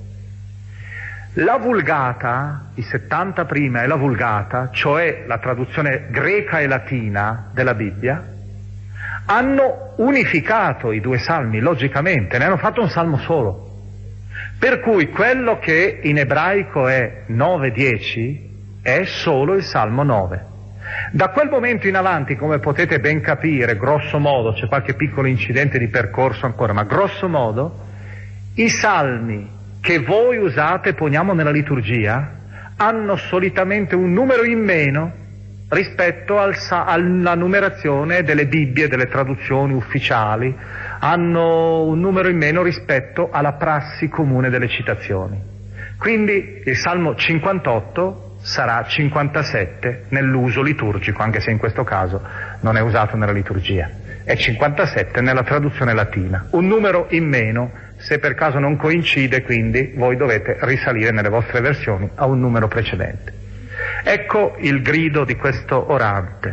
La Vulgata, i 70 prima e la Vulgata, cioè la traduzione greca e latina della Bibbia, hanno unificato i due salmi, logicamente, ne hanno fatto un salmo solo. Per cui quello che in ebraico è 9-10 è solo il Salmo 9. Da quel momento in avanti, come potete ben capire, grosso modo, c'è qualche piccolo incidente di percorso ancora, ma grosso modo, i salmi che voi usate, poniamo nella liturgia, hanno solitamente un numero in meno rispetto alla numerazione delle Bibbie, delle traduzioni ufficiali, hanno un numero in meno rispetto alla prassi comune delle citazioni. Quindi il Salmo 58 sarà 57 nell'uso liturgico, anche se in questo caso non è usato nella liturgia. È 57 nella traduzione latina, un numero in meno, se per caso non coincide, quindi voi dovete risalire nelle vostre versioni a un numero precedente. Ecco il grido di questo orante.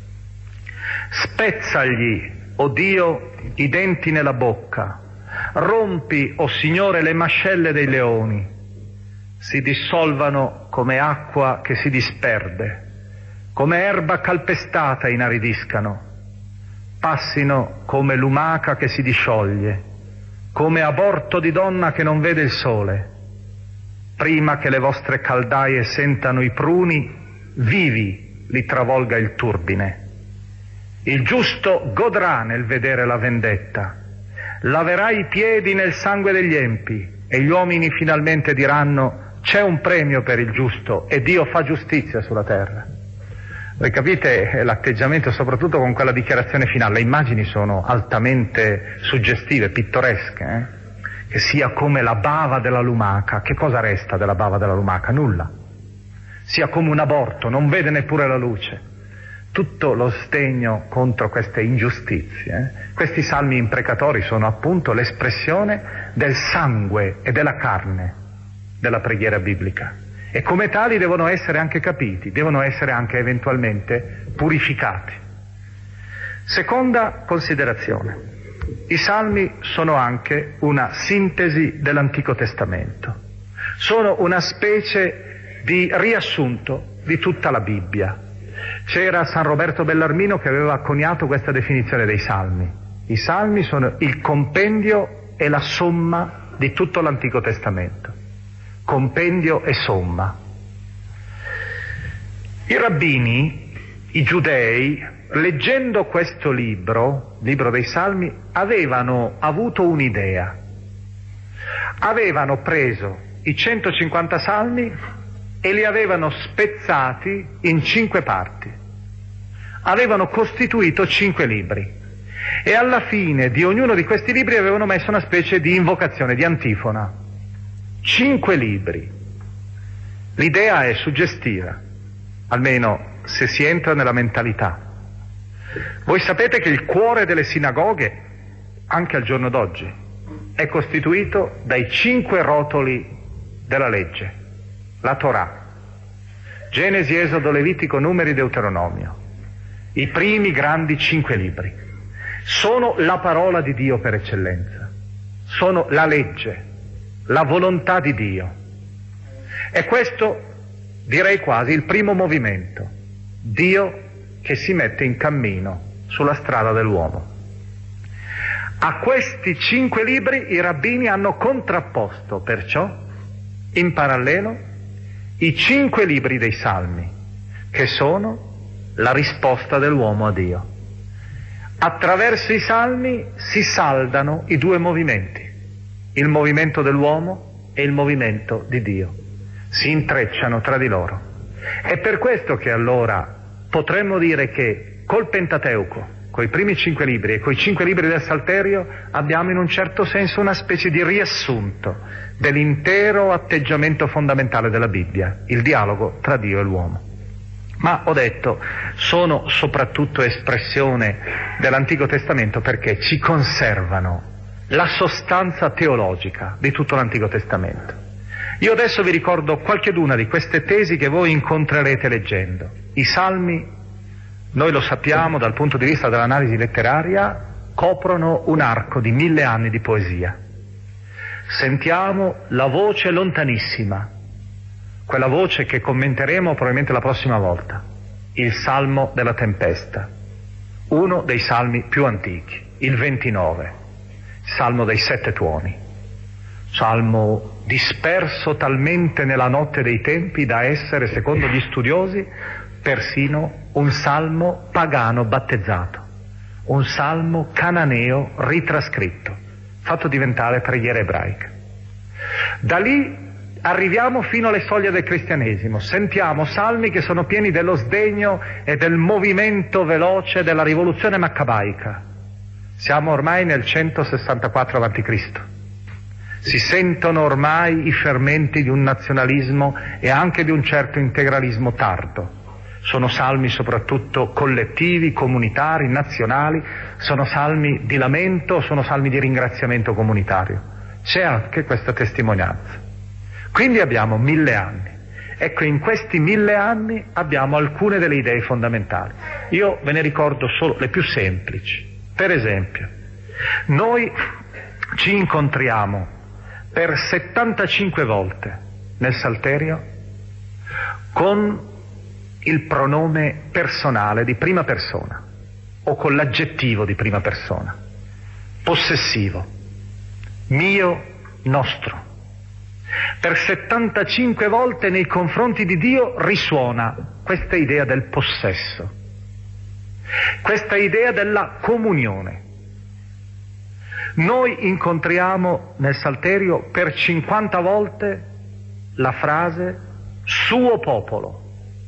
Spezzagli, o Dio, i denti nella bocca, rompi, o Signore, le mascelle dei leoni, si dissolvano come acqua che si disperde, come erba calpestata inaridiscano, passino come lumaca che si discioglie, come aborto di donna che non vede il sole. Prima che le vostre caldaie sentano i pruni, vivi li travolga il turbine. Il giusto godrà nel vedere la vendetta, laverà i piedi nel sangue degli empi, e gli uomini finalmente diranno: c'è un premio per il giusto e Dio fa giustizia sulla terra. Voi capite l'atteggiamento, soprattutto con quella dichiarazione finale. Le immagini sono altamente suggestive, pittoresche, Che sia come la bava della lumaca. Che cosa resta della bava della lumaca? Nulla. Sia come un aborto, non vede neppure la luce. Tutto lo sdegno contro queste ingiustizie. Questi salmi imprecatori sono appunto l'espressione del sangue e della carne della preghiera biblica. E come tali devono essere anche capiti, devono essere anche eventualmente purificati. Seconda considerazione. I salmi sono anche una sintesi dell'Antico Testamento. Sono una specie di riassunto di tutta la Bibbia. C'era San Roberto Bellarmino che aveva coniato questa definizione dei salmi. I salmi sono il compendio e la somma di tutto l'Antico Testamento. compendio e somma. I rabbini, i giudei, leggendo questo libro dei Salmi, avevano avuto un'idea. Avevano preso i 150 salmi e li avevano spezzati in 5 parti. Avevano costituito 5 libri e alla fine di ognuno di questi libri avevano messo una specie di invocazione, di antifona. 5 libri. L'idea è suggestiva, almeno se si entra nella mentalità. Voi sapete che il cuore delle sinagoghe, anche al giorno d'oggi, è costituito dai 5 rotoli della legge, la Torah, Genesi, Esodo, Levitico, Numeri, Deuteronomio, i primi grandi 5 libri. Sono la parola di Dio per eccellenza, sono la legge, la volontà di Dio. E questo, direi quasi, il primo movimento, Dio che si mette in cammino sulla strada dell'uomo. A questi 5 libri i rabbini hanno contrapposto, perciò, in parallelo, i 5 libri dei Salmi, che sono la risposta dell'uomo a Dio. Attraverso i Salmi si saldano i 2 movimenti, il movimento dell'uomo e il movimento di Dio. Si intrecciano tra di loro. È per questo che allora potremmo dire che col Pentateuco, coi primi 5 libri e coi 5 libri del Salterio, abbiamo in un certo senso una specie di riassunto dell'intero atteggiamento fondamentale della Bibbia, il dialogo tra Dio e l'uomo. Ma ho detto, sono soprattutto espressione dell'Antico Testamento perché ci conservano la sostanza teologica di tutto l'Antico Testamento. Io adesso vi ricordo qualcheduna di queste tesi che voi incontrerete leggendo. I Salmi, noi lo sappiamo dal punto di vista dell'analisi letteraria, coprono un arco di 1000 anni di poesia. Sentiamo la voce lontanissima, quella voce che commenteremo probabilmente la prossima volta, il Salmo della tempesta, uno dei salmi più antichi, il 29, Salmo dei 7 tuoni, salmo disperso talmente nella notte dei tempi da essere, secondo gli studiosi, persino un salmo pagano battezzato, un salmo cananeo ritrascritto, fatto diventare preghiera ebraica. Da lì arriviamo fino alle soglie del cristianesimo, sentiamo salmi che sono pieni dello sdegno e del movimento veloce della rivoluzione maccabaica. Siamo ormai nel 164 a.C. Si sentono ormai i fermenti di un nazionalismo e anche di un certo integralismo tardo. Sono salmi soprattutto collettivi, comunitari, nazionali, sono salmi di lamento, sono salmi di ringraziamento comunitario. C'è anche questa testimonianza. Quindi abbiamo 1000 anni. Ecco, in questi 1000 anni abbiamo alcune delle idee fondamentali. Io ve ne ricordo solo le più semplici. Per esempio, noi ci incontriamo per 75 volte nel Salterio con il pronome personale di prima persona o con l'aggettivo di prima persona, possessivo, mio, nostro. Per 75 volte nei confronti di Dio risuona questa idea del possesso, questa idea della comunione. Noi incontriamo nel Salterio per 50 volte la frase suo popolo.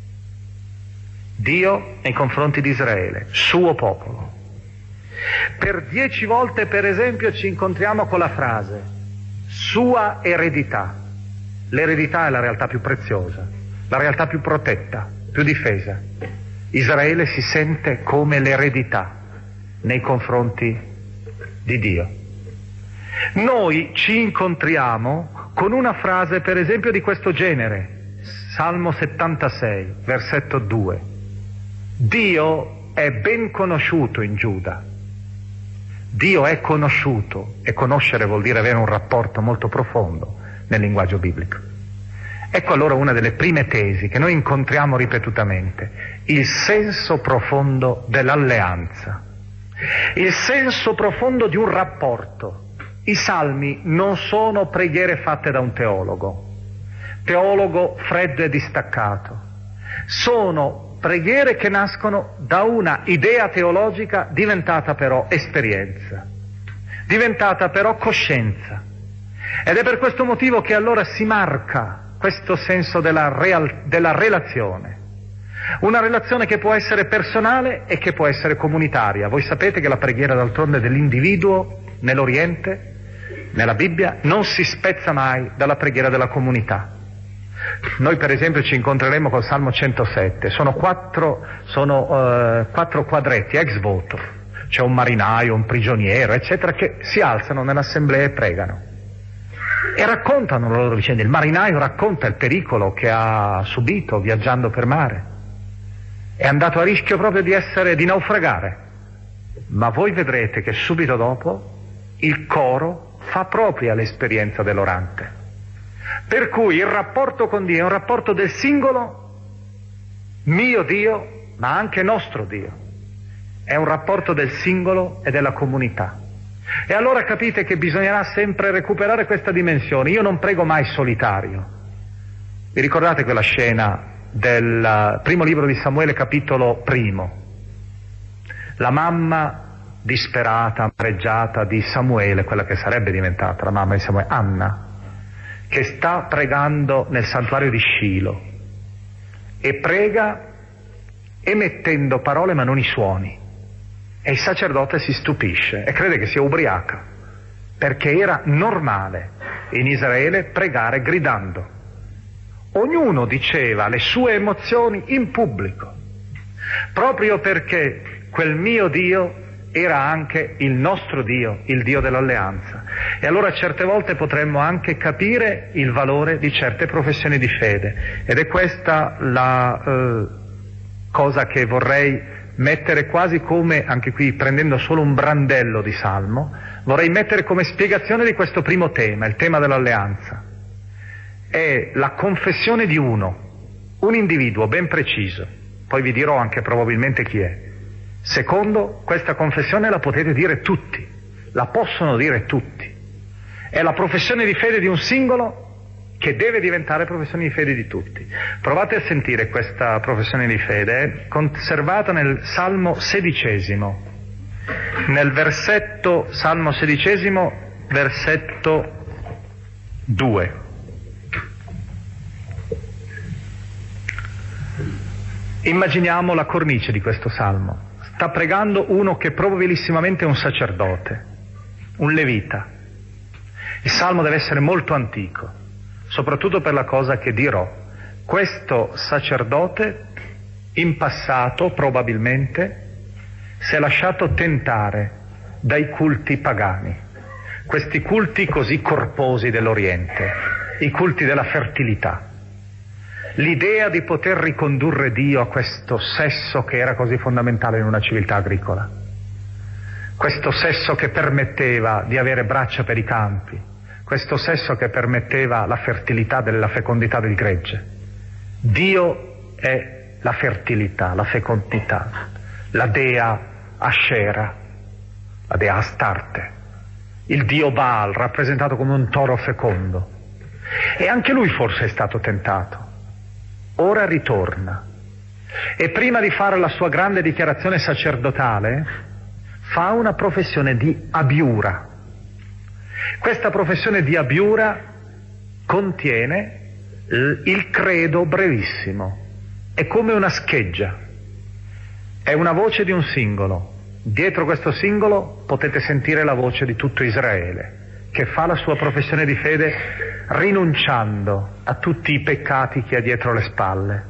Dio nei confronti di Israele, suo popolo. Per 10 volte, per esempio, ci incontriamo con la frase sua eredità. L'eredità è la realtà più preziosa, la realtà più protetta, più difesa. Israele si sente come l'eredità nei confronti di Dio. Noi ci incontriamo con una frase, per esempio, di questo genere, Salmo 76, versetto 2. Dio è ben conosciuto in Giuda. Dio è conosciuto, e conoscere vuol dire avere un rapporto molto profondo nel linguaggio biblico. Ecco allora una delle prime tesi che noi incontriamo ripetutamente, il senso profondo dell'alleanza, il senso profondo di un rapporto. I salmi non sono preghiere fatte da un teologo, teologo freddo e distaccato. Sono preghiere che nascono da una idea teologica diventata però esperienza, diventata però coscienza. Ed è per questo motivo che allora si marca questo senso della relazione. Una relazione che può essere personale e che può essere comunitaria. Voi sapete che la preghiera d'altronde dell'individuo nell'Oriente, nella Bibbia, non si spezza mai dalla preghiera della comunità. Noi per esempio ci incontreremo col Salmo 107, sono quattro quadretti ex voto, c'è un marinaio, un prigioniero, eccetera, che si alzano nell'assemblea e pregano e raccontano la loro vicenda. Il marinaio racconta il pericolo che ha subito viaggiando per mare, è andato a rischio proprio di naufragare, ma voi vedrete che subito dopo il coro fa propria l'esperienza dell'orante. Per cui il rapporto con Dio è un rapporto del singolo, mio Dio, ma anche nostro Dio. È un rapporto del singolo e della comunità. E allora capite che bisognerà sempre recuperare questa dimensione. Io non prego mai solitario. Vi ricordate quella scena del primo libro di Samuele, capitolo 1? La mamma disperata, amareggiata di Samuele, quella che sarebbe diventata la mamma di Samuele, Anna, che sta pregando nel santuario di Scilo e prega emettendo parole ma non i suoni, e il sacerdote si stupisce e crede che sia ubriaca, perché era normale in Israele pregare gridando. Ognuno diceva le sue emozioni in pubblico, proprio perché quel mio Dio era anche il nostro Dio, il Dio dell'alleanza. E allora certe volte potremmo anche capire il valore di certe professioni di fede, ed è questa la cosa che vorrei mettere quasi come, anche qui prendendo solo un brandello di Salmo, vorrei mettere come spiegazione di questo primo tema, il tema dell'alleanza. È la confessione di un individuo ben preciso, poi vi dirò anche probabilmente chi è. Secondo, questa confessione la potete dire tutti, la possono dire tutti. È la professione di fede di un singolo che deve diventare professione di fede di tutti. Provate a sentire questa professione di fede, è conservata nel Salmo 16, nel versetto, Salmo 16, versetto 2. Immaginiamo la cornice di questo Salmo. Sta pregando uno che probabilissimamente è un sacerdote, un levita. Il Salmo deve essere molto antico, soprattutto per la cosa che dirò. Questo sacerdote, in passato probabilmente, si è lasciato tentare dai culti pagani, questi culti così corposi dell'Oriente, i culti della fertilità. L'idea di poter ricondurre Dio a questo sesso che era così fondamentale in una civiltà agricola, questo sesso che permetteva di avere braccia per i campi, questo sesso che permetteva la fertilità della fecondità del gregge. Dio è la fertilità, la fecondità, la dea Ascera, la dea Astarte, il dio Baal rappresentato come un toro fecondo. E anche lui forse è stato tentato. Ora ritorna e prima di fare la sua grande dichiarazione sacerdotale fa una professione di abiura. Questa professione di abiura contiene il credo brevissimo, è come una scheggia, è una voce di un singolo. Dietro questo singolo potete sentire la voce di tutto Israele, che fa la sua professione di fede rinunciando a tutti i peccati che ha dietro le spalle.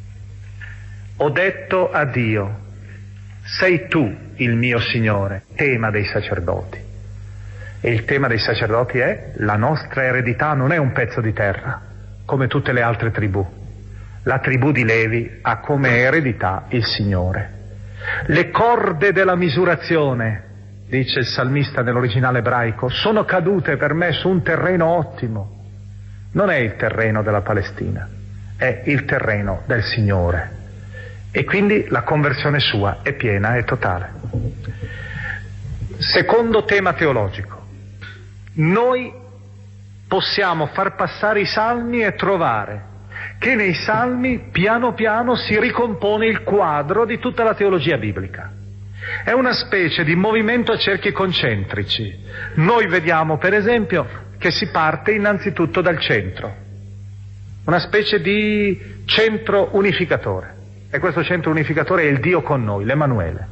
Ho detto a Dio, sei tu il mio Signore, tema dei sacerdoti. E il tema dei sacerdoti è: la nostra eredità non è un pezzo di terra, come tutte le altre tribù. La tribù di Levi ha come eredità il Signore. Le corde della misurazione, dice il salmista nell'originale ebraico, sono cadute per me su un terreno ottimo. Non è il terreno della Palestina, è il terreno del Signore. E quindi la conversione sua è piena e totale. Secondo tema teologico. Noi possiamo far passare i salmi e trovare che nei salmi piano piano si ricompone il quadro di tutta la teologia biblica. È una specie di movimento a cerchi concentrici. Noi vediamo per esempio che si parte innanzitutto dal centro, una specie di centro unificatore, e questo centro unificatore è il Dio con noi, l'Emanuele.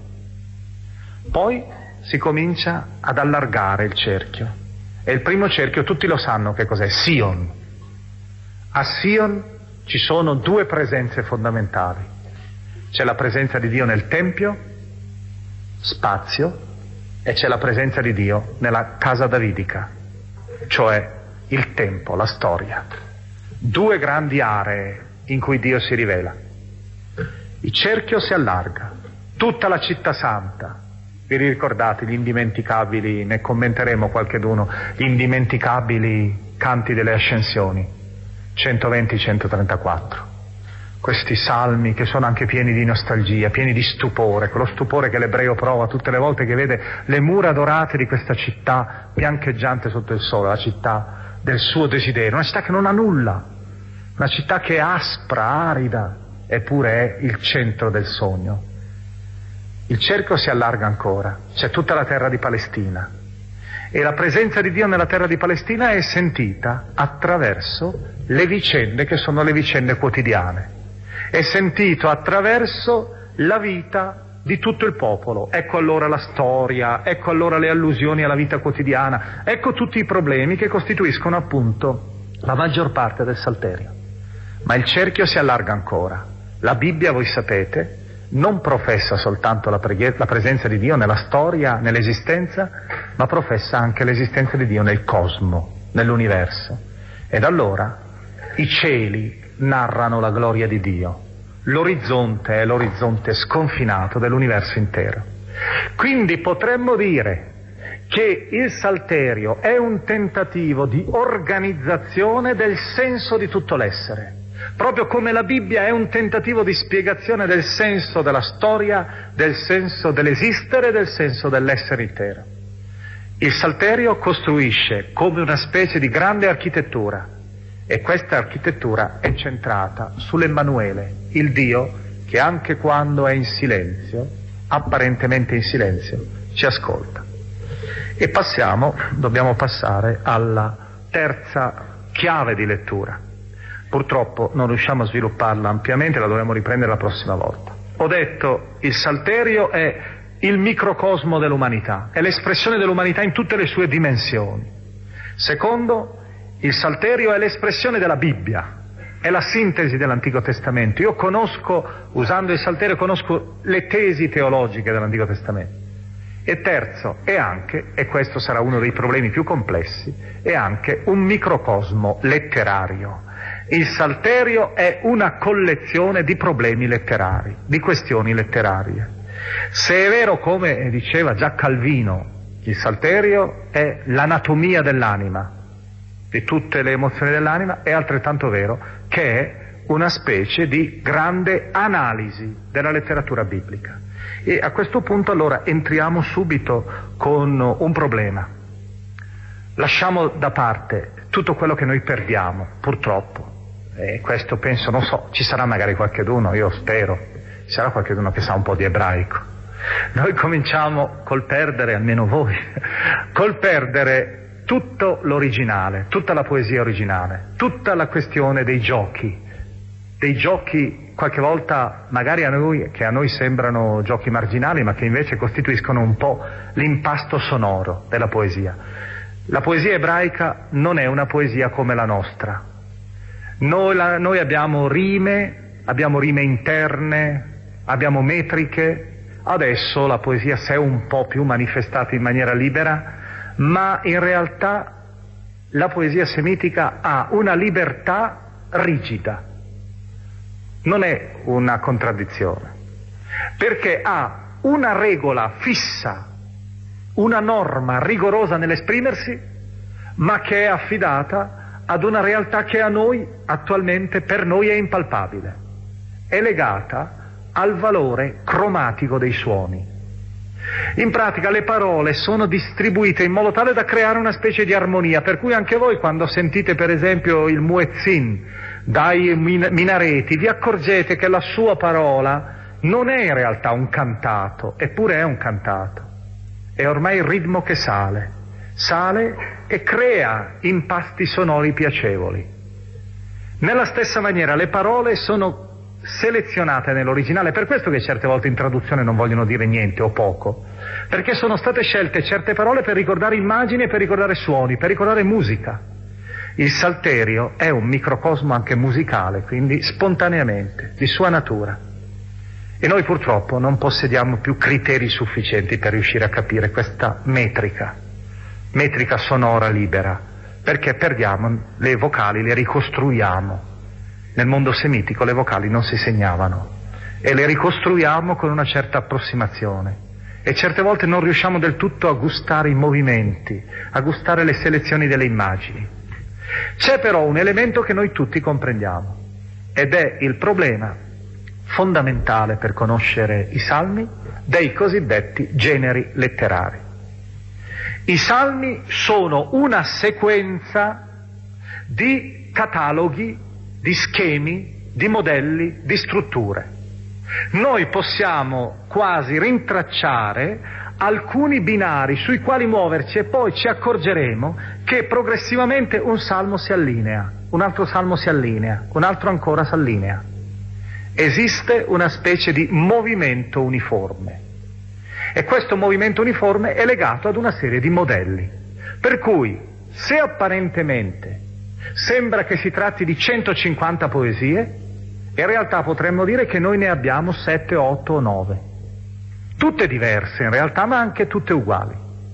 Poi si comincia ad allargare il cerchio, e il primo cerchio tutti lo sanno che cos'è: Sion. A Sion ci sono due presenze fondamentali: c'è la presenza di Dio nel Tempio, spazio, e c'è la presenza di Dio nella casa davidica, cioè il tempo, la storia. Due grandi aree in cui Dio si rivela. Il cerchio si allarga, tutta la città santa. Vi ricordate gli indimenticabili, ne commenteremo qualcheduno, gli indimenticabili canti delle ascensioni, 120-134. Questi salmi che sono anche pieni di nostalgia, pieni di stupore, quello stupore che l'ebreo prova tutte le volte che vede le mura dorate di questa città biancheggiante sotto il sole, la città del suo desiderio, una città che non ha nulla, una città che è aspra, arida, eppure è il centro del sogno. Il cerchio si allarga ancora, c'è tutta la terra di Palestina, e la presenza di Dio nella terra di Palestina è sentita attraverso le vicende che sono le vicende quotidiane, è sentito attraverso la vita di tutto il popolo. Ecco allora la storia, ecco allora le allusioni alla vita quotidiana, ecco tutti i problemi che costituiscono appunto la maggior parte del Salterio. Ma il cerchio si allarga ancora. La Bibbia, voi sapete, non professa soltanto la presenza di Dio nella storia, nell'esistenza, ma professa anche l'esistenza di Dio nel cosmo, nell'universo. Ed allora i cieli narrano la gloria di Dio, l'orizzonte è l'orizzonte sconfinato dell'universo intero. Quindi potremmo dire che il Salterio è un tentativo di organizzazione del senso di tutto l'essere, proprio come la Bibbia è un tentativo di spiegazione del senso della storia, del senso dell'esistere, del senso dell'essere intero. Il Salterio costruisce come una specie di grande architettura, e questa architettura è centrata sull'Emanuele, il Dio che anche quando è in silenzio, apparentemente in silenzio, ci ascolta. E dobbiamo passare alla terza chiave di lettura. Purtroppo non riusciamo a svilupparla ampiamente, la dovremo riprendere la prossima volta. Ho detto, il Salterio è il microcosmo dell'umanità, è l'espressione dell'umanità in tutte le sue dimensioni. Secondo, il Salterio è l'espressione della Bibbia, è la sintesi dell'Antico Testamento. Io usando il Salterio, conosco le tesi teologiche dell'Antico Testamento. E terzo, è anche, e questo sarà uno dei problemi più complessi, è anche un microcosmo letterario. Il Salterio è una collezione di problemi letterari, di questioni letterarie. Se è vero, come diceva già Calvino, il Salterio è l'anatomia dell'anima, di tutte le emozioni dell'anima, è altrettanto vero che è una specie di grande analisi della letteratura biblica. E a questo punto allora entriamo subito con un problema. Lasciamo da parte tutto quello che noi perdiamo, purtroppo. E questo penso, non so, ci sarà magari qualcheduno, io spero, ci sarà qualcheduno che sa un po' di ebraico. Noi cominciamo col perdere, almeno voi, col perdere tutto l'originale, tutta la poesia originale, tutta la questione dei giochi qualche volta magari che a noi sembrano giochi marginali, ma che invece costituiscono un po' l'impasto sonoro della poesia. La poesia ebraica non è una poesia come la nostra. Noi abbiamo rime interne, abbiamo metriche. Adesso la poesia si è un po' più manifestata in maniera libera, ma in realtà la poesia semitica ha una libertà rigida. Non è una contraddizione, perché ha una regola fissa, una norma rigorosa nell'esprimersi, ma che è affidata ad una realtà che a noi attualmente, per noi, è impalpabile. È legata al valore cromatico dei suoni. In pratica le parole sono distribuite in modo tale da creare una specie di armonia, per cui anche voi quando sentite per esempio il muezzin dai minareti vi accorgete che la sua parola non è in realtà un cantato, eppure è un cantato. È ormai il ritmo che sale e crea impasti sonori piacevoli. Nella stessa maniera le parole sono selezionate nell'originale, per questo che certe volte in traduzione non vogliono dire niente o poco, perché sono state scelte certe parole per ricordare immagini, per ricordare suoni, per ricordare musica. Il Salterio è un microcosmo anche musicale, quindi spontaneamente, di sua natura. E noi purtroppo non possediamo più criteri sufficienti per riuscire a capire questa metrica sonora libera, perché perdiamo le vocali, le ricostruiamo. Nel mondo semitico le vocali non si segnavano e le ricostruiamo con una certa approssimazione e certe volte non riusciamo del tutto a gustare i movimenti, a gustare le selezioni delle immagini. C'è però un elemento che noi tutti comprendiamo ed è il problema fondamentale per conoscere i salmi dei cosiddetti generi letterari. I salmi sono una sequenza di cataloghi, di schemi, di modelli, di strutture. Noi possiamo quasi rintracciare alcuni binari sui quali muoverci e poi ci accorgeremo che progressivamente un salmo si allinea, un altro salmo si allinea, un altro ancora si allinea. Esiste una specie di movimento uniforme e questo movimento uniforme è legato ad una serie di modelli, per cui se apparentemente sembra che si tratti di 150 poesie, in realtà potremmo dire che noi ne abbiamo 7, 8 o 9. Tutte diverse in realtà, ma anche tutte uguali.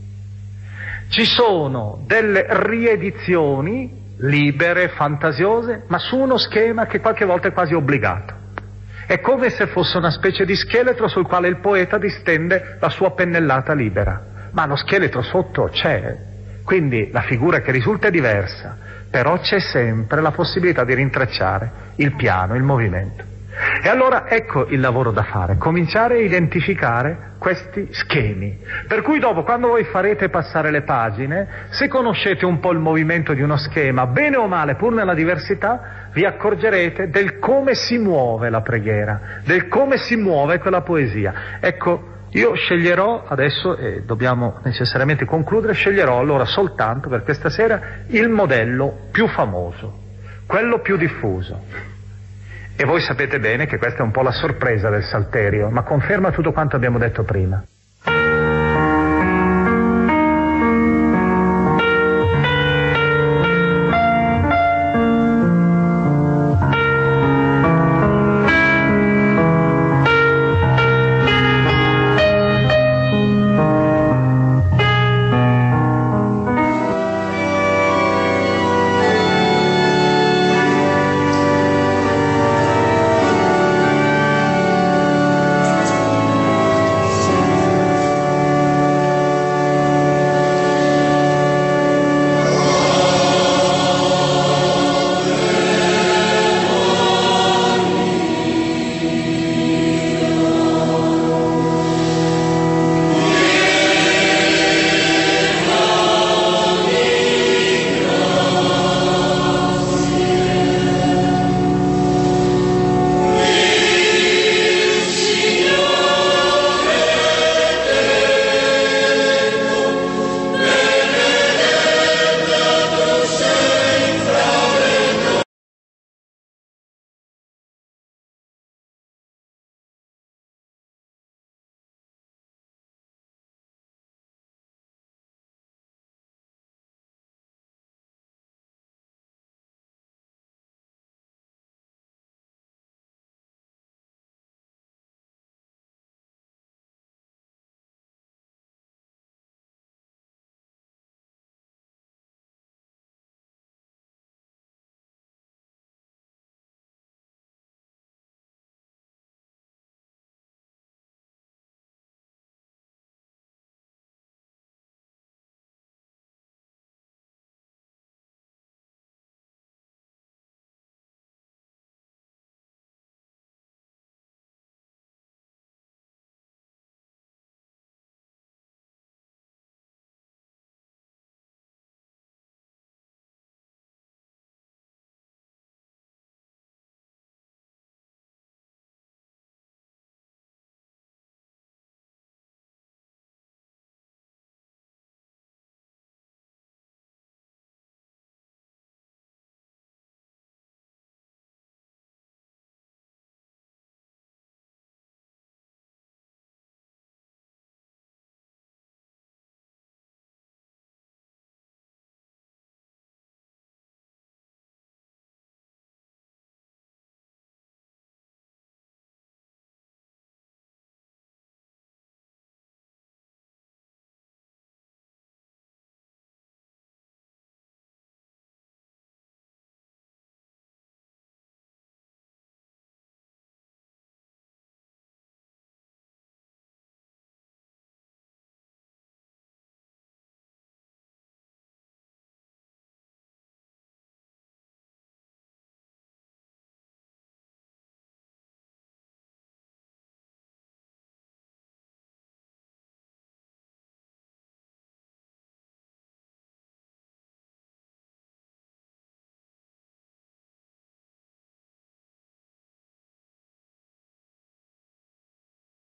Ci sono delle riedizioni libere, fantasiose, ma su uno schema che qualche volta è quasi obbligato. È come se fosse una specie di scheletro sul quale il poeta distende la sua pennellata libera, ma lo scheletro sotto c'è, quindi la figura che risulta è diversa, però c'è sempre la possibilità di rintracciare il piano, il movimento. E allora ecco il lavoro da fare, cominciare a identificare questi schemi, per cui dopo quando voi farete passare le pagine, se conoscete un po' il movimento di uno schema, bene o male, pur nella diversità, vi accorgerete del come si muove la preghiera, del come si muove quella poesia. Ecco, io sceglierò adesso, e dobbiamo necessariamente concludere, sceglierò allora soltanto per questa sera il modello più famoso, quello più diffuso. E voi sapete bene che questa è un po' la sorpresa del Salterio, ma conferma tutto quanto abbiamo detto prima.